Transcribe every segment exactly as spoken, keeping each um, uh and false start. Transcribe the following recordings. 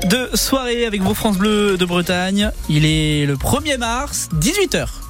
de soirée avec vos France Bleu de Bretagne. Il est le premier mars, dix-huit heures.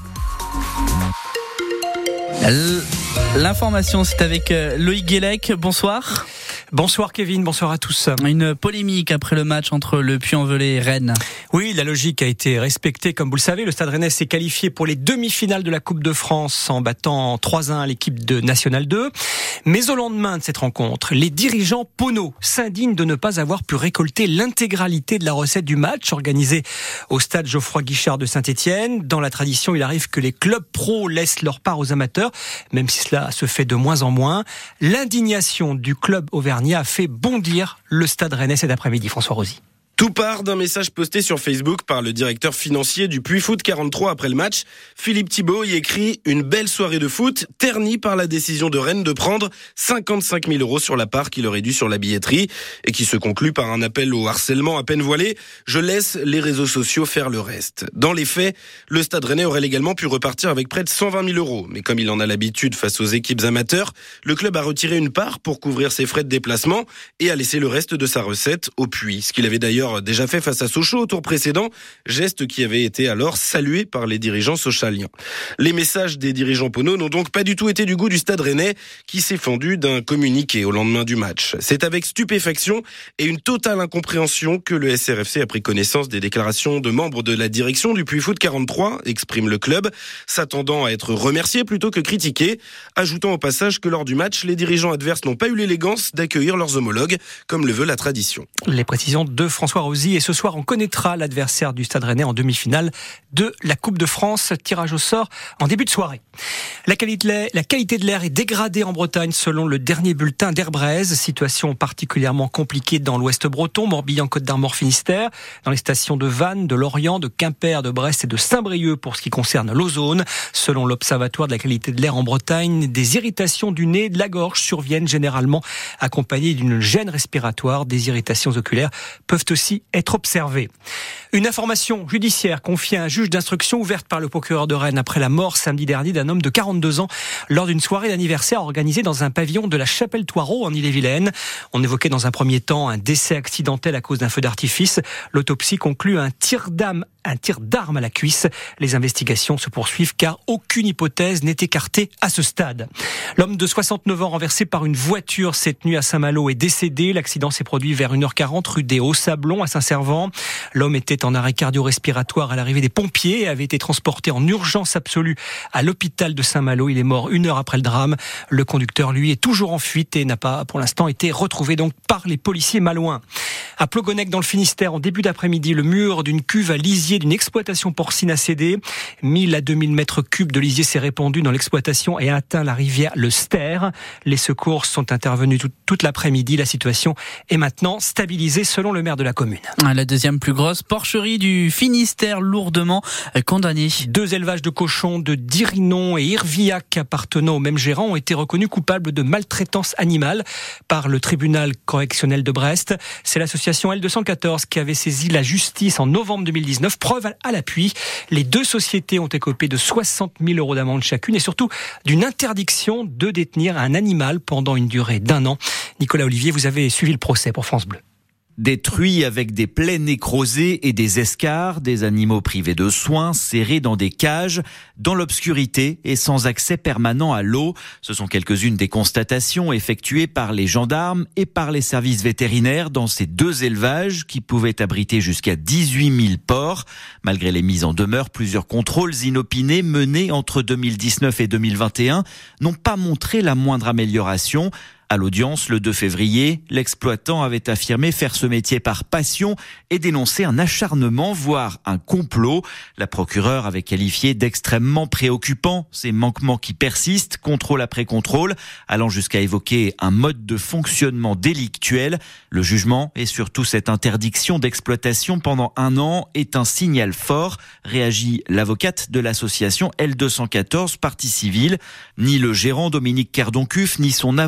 L'information, c'est avec Loïc Guélec. Bonsoir. Bonsoir Kevin, bonsoir à tous. Une polémique après le match entre le Puy-en-Velay et Rennes. Oui, la logique a été respectée. Comme vous le savez, le Stade Rennais s'est qualifié pour les demi-finales de la Coupe de France en battant trois à un l'équipe de National deux. Mais au lendemain de cette rencontre, les dirigeants Penaud s'indignent de ne pas avoir pu récolter l'intégralité de la recette du match organisé au stade Geoffroy-Guichard de Saint-Étienne. Dans la tradition, il arrive que les clubs pros laissent leur part aux amateurs, même si cela se fait de moins en moins. L'indignation du club auvergnat a fait bondir le Stade Rennais cet après-midi. François Rosy. Tout part d'un message posté sur Facebook par le directeur financier du Puy Foot quarante-trois après le match. Philippe Thibault y écrit « Une belle soirée de foot, ternie par la décision de Rennes de prendre cinquante-cinq mille euros sur la part qu'il aurait dû sur la billetterie » et qui se conclut par un appel au harcèlement à peine voilé. « Je laisse les réseaux sociaux faire le reste ». Dans les faits, le Stade Rennais aurait également pu repartir avec près de cent vingt mille euros. Mais comme il en a l'habitude face aux équipes amateurs, le club a retiré une part pour couvrir ses frais de déplacement et a laissé le reste de sa recette au Puy. Ce qu'il avait d'ailleurs déjà fait face à Sochaux au tour précédent, geste qui avait été alors salué par les dirigeants sochaliens. Les messages des dirigeants Penaud n'ont donc pas du tout été du goût du Stade Rennais, qui s'est fendu d'un communiqué au lendemain du match. C'est avec stupéfaction et une totale incompréhension que le S R F C a pris connaissance des déclarations de membres de la direction du Puy Foot quarante-trois, exprime le club, s'attendant à être remercié plutôt que critiqué, ajoutant au passage que lors du match, les dirigeants adverses n'ont pas eu l'élégance d'accueillir leurs homologues, comme le veut la tradition. Les précisions de François Rosy. Et ce soir, on connaîtra l'adversaire du Stade Rennais en demi-finale de la Coupe de France. Tirage au sort en début de soirée. La qualité, la qualité de l'air est dégradée en Bretagne selon le dernier bulletin d'Airbraise. Situation particulièrement compliquée dans l'ouest breton, Morbihan, Côte d'Armor, Finistère, dans les stations de Vannes, de Lorient, de Quimper, de Brest et de Saint-Brieuc pour ce qui concerne l'ozone. Selon l'Observatoire de la qualité de l'air en Bretagne, des irritations du nez, de la gorge surviennent généralement accompagnées d'une gêne respiratoire. Des irritations oculaires peuvent aussi être observées. Une information judiciaire confiée à un juge d'instruction ouverte par le procureur de Rennes après la mort samedi dernier d'un homme de quarante-deux ans lors d'une soirée d'anniversaire organisée dans un pavillon de la Chapelle-Thoireau en Ille-et-Vilaine. On évoquait dans un premier temps un décès accidentel à cause d'un feu d'artifice. L'autopsie conclut un tir d'arme, un tir d'arme à la cuisse. Les investigations se poursuivent car aucune hypothèse n'est écartée à ce stade. L'homme de soixante-neuf ans renversé par une voiture cette nuit à Saint-Malo est décédé. L'accident s'est produit vers une heure quarante rue des Hauts-Sablons à Saint-Servant. L'homme était en arrêt cardio-respiratoire à l'arrivée des pompiers et avait été transporté en urgence absolue à l'hôpital de Saint-Malo. Il est mort une heure après le drame. Le conducteur, lui, est toujours en fuite et n'a pas, pour l'instant, été retrouvé donc par les policiers malouins. À Plogonec, dans le Finistère, en début d'après-midi, le mur d'une cuve à lisier d'une exploitation porcine a cédé. mille à deux mille mètres cubes de lisier s'est répandu dans l'exploitation et a atteint la rivière le Ster. Les secours sont intervenus tout, toute l'après-midi. La situation est maintenant stabilisée selon le maire de la commune. La deuxième plus grosse porcherie du Finistère, lourdement condamnée. Deux élevages de cochons de Dirinon et Irviac appartenant au même gérant ont été reconnus coupables de maltraitance animale par le tribunal correctionnel de Brest. C'est l'association L deux cent quatorze qui avait saisi la justice en novembre deux mille dix-neuf. Preuve à l'appui, les deux sociétés ont écopé de soixante mille euros d'amende chacune et surtout d'une interdiction de détenir un animal pendant une durée d'un an. Nicolas Olivier, vous avez suivi le procès pour France Bleu. Détruits avec des plaies nécrosées et des escarres, des animaux privés de soins, serrés dans des cages, dans l'obscurité et sans accès permanent à l'eau. Ce sont quelques-unes des constatations effectuées par les gendarmes et par les services vétérinaires dans ces deux élevages qui pouvaient abriter jusqu'à dix-huit mille porcs. Malgré les mises en demeure, plusieurs contrôles inopinés menés entre deux mille dix-neuf et deux mille vingt et un n'ont pas montré la moindre amélioration. À l'audience, le deux février, l'exploitant avait affirmé faire ce métier par passion et dénoncé un acharnement, voire un complot. La procureure avait qualifié d'extrêmement préoccupant ces manquements qui persistent, contrôle après contrôle, allant jusqu'à évoquer un mode de fonctionnement délictuel. Le jugement et surtout cette interdiction d'exploitation pendant un an est un signal fort, réagit l'avocate de l'association L deux cent quatorze, partie civile. Ni le gérant Dominique Kerdoncuf, ni son avocat n'ont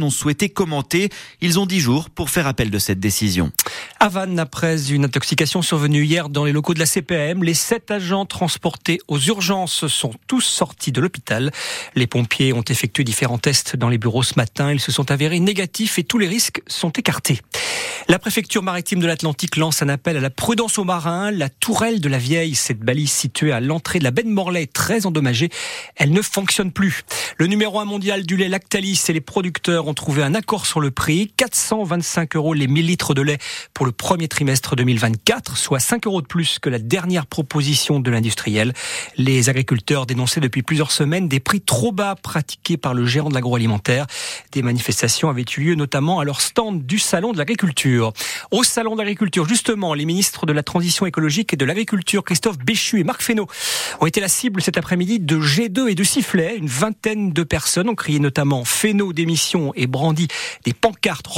n'ont souhaité commenter. Ils ont dix jours pour faire appel de cette décision. À Vannes, après une intoxication survenue hier dans les locaux de la C P A M, les sept agents transportés aux urgences sont tous sortis de l'hôpital. Les pompiers ont effectué différents tests dans les bureaux ce matin. Ils se sont avérés négatifs et tous les risques sont écartés. La préfecture maritime de l'Atlantique lance un appel à la prudence aux marins. La tourelle de la Vieille, cette balise située à l'entrée de la baie de Morlaix, est très endommagée. Elle ne fonctionne plus. Le numéro un mondial du lait Lactalis et les producteurs ont trouvé un accord sur le prix. quatre cent vingt-cinq euros les mille litres de lait pour le premier trimestre deux mille vingt-quatre, soit cinq euros de plus que la dernière proposition de l'industriel. Les agriculteurs dénonçaient depuis plusieurs semaines des prix trop bas pratiqués par le géant de l'agroalimentaire. Des manifestations avaient eu lieu notamment à leur stand du Salon de l'agriculture. Au Salon de l'agriculture, justement, les ministres de la Transition écologique et de l'Agriculture, Christophe Béchu et Marc Fesneau, ont été la cible cet après-midi de jets d'œufs et de sifflets. Une vingtaine de personnes ont crié notamment Fesneau démission et brandi des pancartes